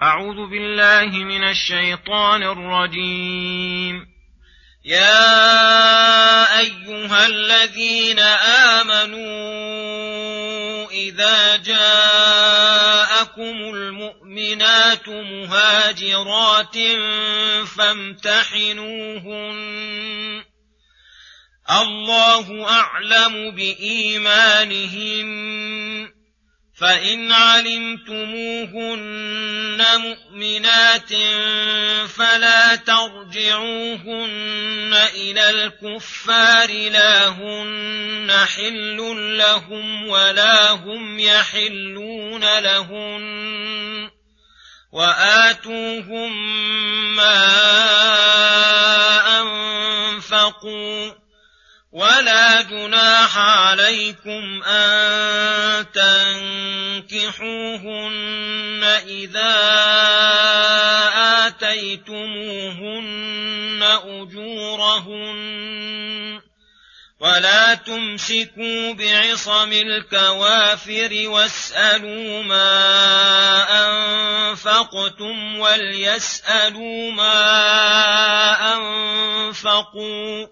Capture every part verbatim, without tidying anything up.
أعوذ بالله من الشيطان الرجيم. يا أيها الذين آمنوا إذا جاءكم المؤمنات مهاجرات فامتحنوهن الله أعلم بإيمانهن فإن علمتموهن مؤمنات فلا ترجعوهن إلى الكفار لا هن حل لهم ولا هم يحلون لهن وآتوهم ما أنفقوا ولا جناح عليكم أن تنكحوهن إذا آتيتموهن أجورهن ولا تمسكوا بعصم الكوافر واسألوا ما أنفقتم وليسألوا ما أنفقوا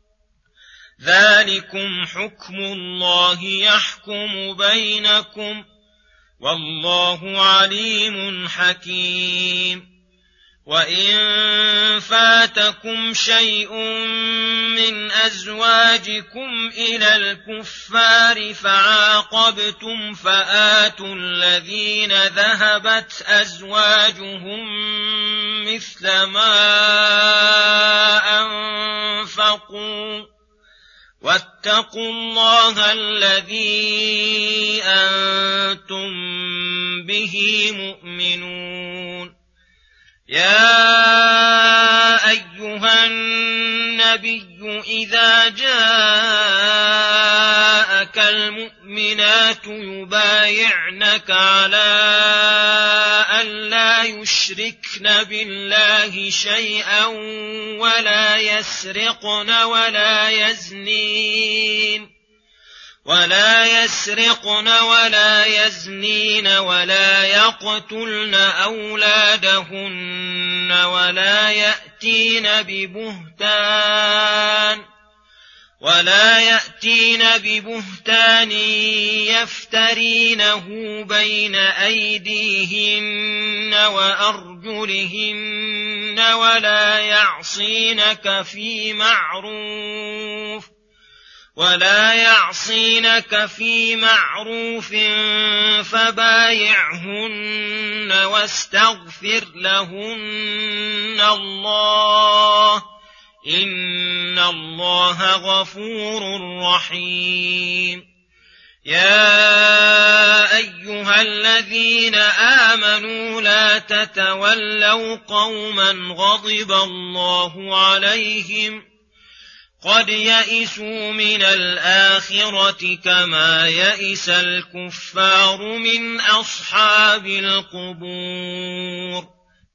ذلكم حكم الله يحكم بينكم والله عليم حكيم. وإن فاتكم شيء من أزواجكم إلى الكفار فعاقبتم فآتوا الذين ذهبت أزواجهم مثل ما أنفقوا واتقوا الله الذي أنتم به مؤمنون. يا أيها النبي إذا جاءك المؤمنات يبايعنك على أن لا يشركن بالله شيئا ولا يسرقن ولا يزنين ولا يسرقن ولا يزنين ولا يقتلن أولادهن ولا يأتين ببهتان ولا يأتين ببهتان يفترينه بين أيديهن وأرجلهن ولا يعصينك في معروف ولا يعصينك في معروف فبايعهن واستغفر لهن الله إن الله غفور رحيم. يا أيها الذين آمنوا لا تتولوا قوما غضب الله عليهم قد يئسوا من الآخرة كما يئس الكفار من أصحاب القبور.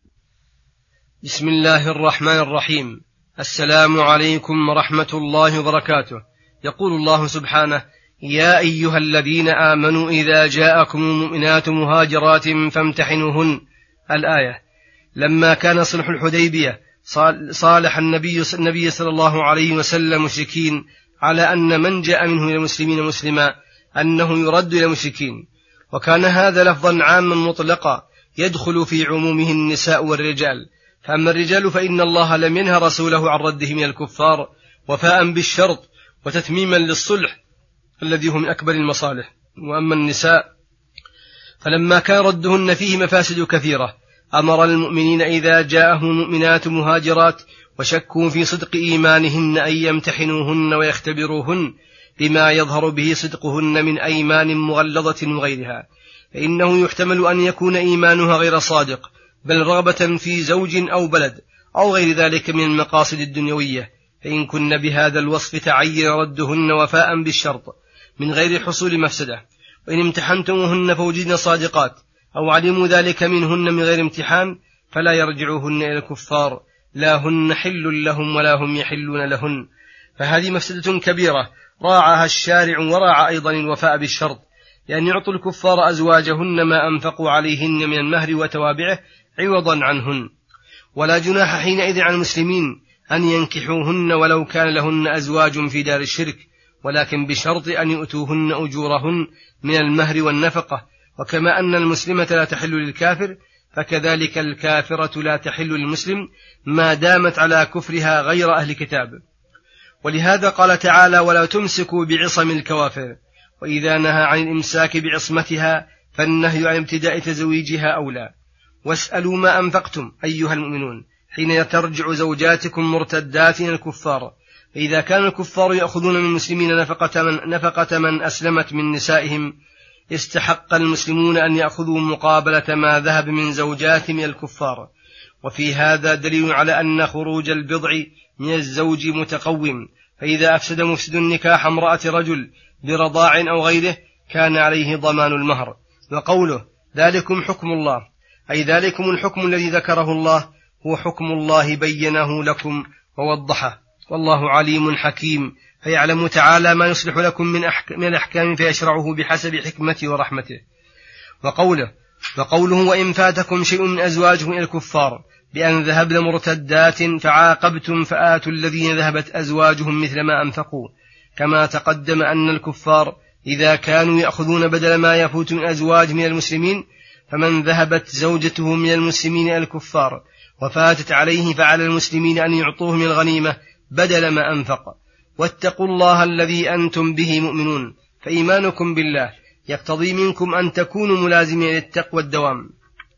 بسم الله الرحمن الرحيم. السلام عليكم ورحمة الله وبركاته. يقول الله سبحانه: يا أيها الذين آمنوا إذا جاءكم المؤمنات مهاجرات فامتحنوهن. الآية. لما كان صلح الحديبية صالح النبي, النبي صلى الله عليه وسلم مشركين على أن من جاء منهم إلى المسلمين مسلما أنه يرد إلى المشركين، وكان هذا لفظا عاما مطلقا يدخل في عمومه النساء والرجال. فأما الرجال فإن الله لم ينهى رسوله عن ردهم إلى الكفار وفاء بالشرط وتتميما للصلح الذي هو من أكبر المصالح. وأما النساء فلما كان ردهن فيه مفاسد كثيرة أمر المؤمنين إذا جاءهم مؤمنات مهاجرات وشكوا في صدق إيمانهن أن يمتحنوهن ويختبروهن بما يظهر به صدقهن من أيمان مغلظة وغيرها، فإنه يحتمل أن يكون إيمانها غير صادق بل رغبة في زوج أو بلد أو غير ذلك من المقاصد الدنيوية، فإن كن بهذا الوصف تعين ردهن وفاء بالشرط من غير حصول مفسدة. وإن امتحنتموهن فوجدن صادقات أو علموا ذلك منهن من غير امتحان فلا يرجعوهن إلى الكفار لا هن حل لهم ولا هم يحلون لهن. فهذه مفسدة كبيرة راعاها الشارع وراعى أيضا الوفاء بالشرط، لأن يعطوا الكفار أزواجهن ما أنفقوا عليهن من المهر وتوابعه عوضا عنهن. ولا جناح حينئذ على المسلمين أن ينكحوهن ولو كان لهن أزواج في دار الشرك، ولكن بشرط أن يؤتوهن أجورهن من المهر والنفقة. وكما أن المسلمة لا تحل للكافر، فكذلك الكافرة لا تحل للمسلم ما دامت على كفرها غير أهل كتاب. ولهذا قال تعالى: ولا تمسكوا بعصم الكوافر. وإذا نهى عن الإمساك بعصمتها فالنهي عن ابتداء تزويجها أولى. واسألوا ما أنفقتم أيها المؤمنون حين ترجع زوجاتكم مرتدات إلى الكفار. فإذا كان الكفار يأخذون من المسلمين نفقة من, نفقة من أسلمت من نسائهم، استحق المسلمون أن يأخذوا مقابلة ما ذهب من زوجات من الكفار. وفي هذا دليل على أن خروج البضع من الزوج متقوم، فإذا أفسد مفسد النكاح امرأة رجل برضاع أو غيره كان عليه ضمان المهر. وقوله ذلكم حكم الله، أي ذلكم الحكم الذي ذكره الله هو حكم الله بينه لكم ووضحه، والله عليم حكيم، فيعلم تعالى ما يصلح لكم من, أحك... من الأحكام فيشرعه بحسب حكمته ورحمته. وقوله وقوله وإن فاتكم شيء من أزواجهم إلى الكفار بأن ذهبن مرتدات فعاقبتم فآتوا الذين ذهبت أزواجهم مثل ما أنفقوا، كما تقدم أن الكفار إذا كانوا يأخذون بدل ما يفوت من أزواج من المسلمين، فمن ذهبت زوجته من المسلمين إلى الكفار وفاتت عليه فعلى المسلمين أن يعطوه من الغنيمة بدل ما أنفق. واتقوا الله الذي أنتم به مؤمنون، فإيمانكم بالله يقتضي منكم أن تكونوا ملازمين للتقوى الدوام.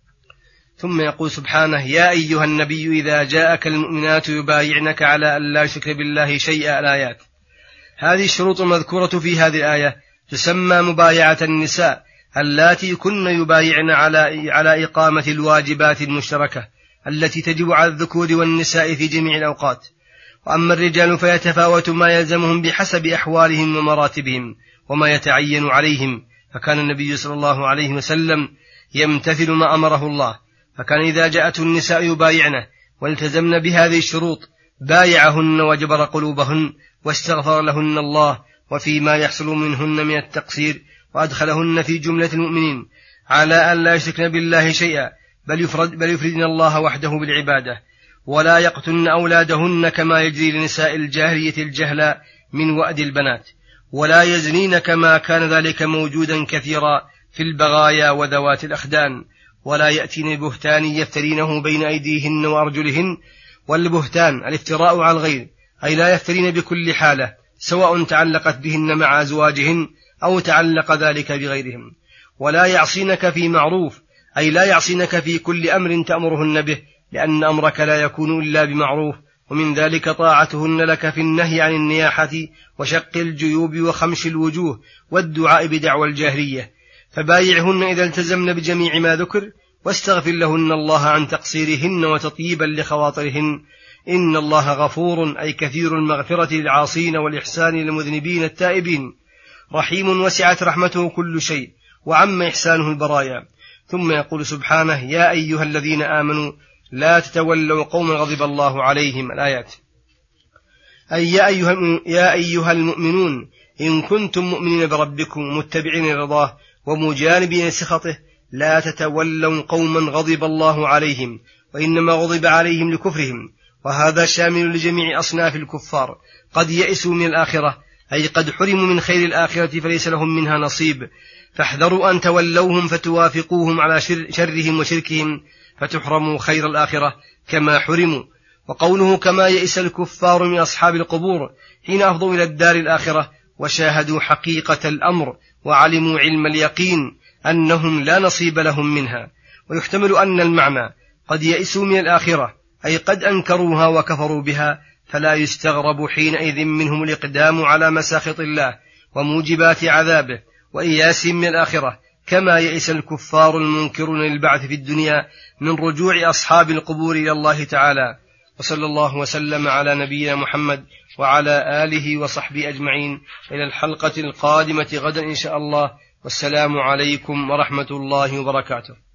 ثم يقول سبحانه: يا أيها النبي إذا جاءك المؤمنات يبايعنك على أن لا يشرك بالله شيئا. الآيات. هذه الشروط المذكورة في هذه الآية تسمى مبايعة النساء اللاتي كن يبايعن على على إقامة الواجبات المشتركة التي تجب على الذكور والنساء في جميع الأوقات. وأما الرجال فيتفاوت ما يلزمهم بحسب أحوالهم ومراتبهم وما يتعين عليهم، فكان النبي صلى الله عليه وسلم يمتثل ما أمره الله، فكان إذا جاءته النساء يبايعنه والتزمن بهذه الشروط بايعهن وجبر قلوبهن واستغفر لهن الله وفيما يحصل منهن من التقصير، وأدخلهن في جملة المؤمنين على أن لا يشركن بالله شيئا بل, يفرد بل يفردن الله وحده بالعبادة، ولا يقتلن أولادهن كما يجري لنساء الجاهلية الجهلاء من وأد البنات، ولا يزنين كما كان ذلك موجودا كثيرا في البغايا وذوات الأخدان، ولا يأتين بهتان يفترينه بين أيديهن وأرجلهن. والبهتان الافتراء على الغير، أي لا يفترين بكل حالة سواء تعلقت بهن مع أزواجهن أو تعلق ذلك بغيرهم. ولا يعصينك في معروف، أي لا يعصينك في كل أمر تأمرهن به، لأن أمرك لا يكون إلا بمعروف، ومن ذلك طاعتهن لك في النهي عن النياحة وشق الجيوب وخمش الوجوه والدعاء بدعوى الجاهلية. فبايعهن إذا التزمن بجميع ما ذكر، واستغفر لهن الله عن تقصيرهن وتطيبا لخواطرهن، إن الله غفور، أي كثير المغفرة للعاصين والإحسان للمذنبين التائبين، رحيم وسعت رحمته كل شيء وعم إحسانه البرايا. ثم يقول سبحانه: يا أيها الذين آمنوا لا تتولوا قوما غضب الله عليهم. الآيات. أي يا أيها, يا أيها المؤمنون إن كنتم مؤمنين بربكم متبعين رضاه ومجانبين سخطه لا تتولوا قوما غضب الله عليهم، وإنما غضب عليهم لكفرهم، وهذا شامل لجميع أصناف الكفار قد يئسوا من الآخرة، أي قد حرموا من خير الآخرة فليس لهم منها نصيب، فاحذروا أن تولوهم فتوافقوهم على شر شرهم وشركهم فتحرموا خير الآخرة كما حرموا. وقوله كما يئس الكفار من أصحاب القبور حين أفضوا إلى الدار الآخرة وشاهدوا حقيقة الأمر وعلموا علم اليقين أنهم لا نصيب لهم منها. ويحتمل أن المعنى قد يئسوا من الآخرة، أي قد أنكروها وكفروا بها، فلا يستغرب حينئذ منهم الإقدام على مساخط الله وموجبات عذابه وإياسهم من الآخرة، كما يئس الكفار المنكرون للبعث في الدنيا من رجوع أصحاب القبور إلى الله تعالى. وصلى الله وسلم على نبينا محمد وعلى آله وصحبه أجمعين، إلى الحلقة القادمة غدا إن شاء الله، والسلام عليكم ورحمة الله وبركاته.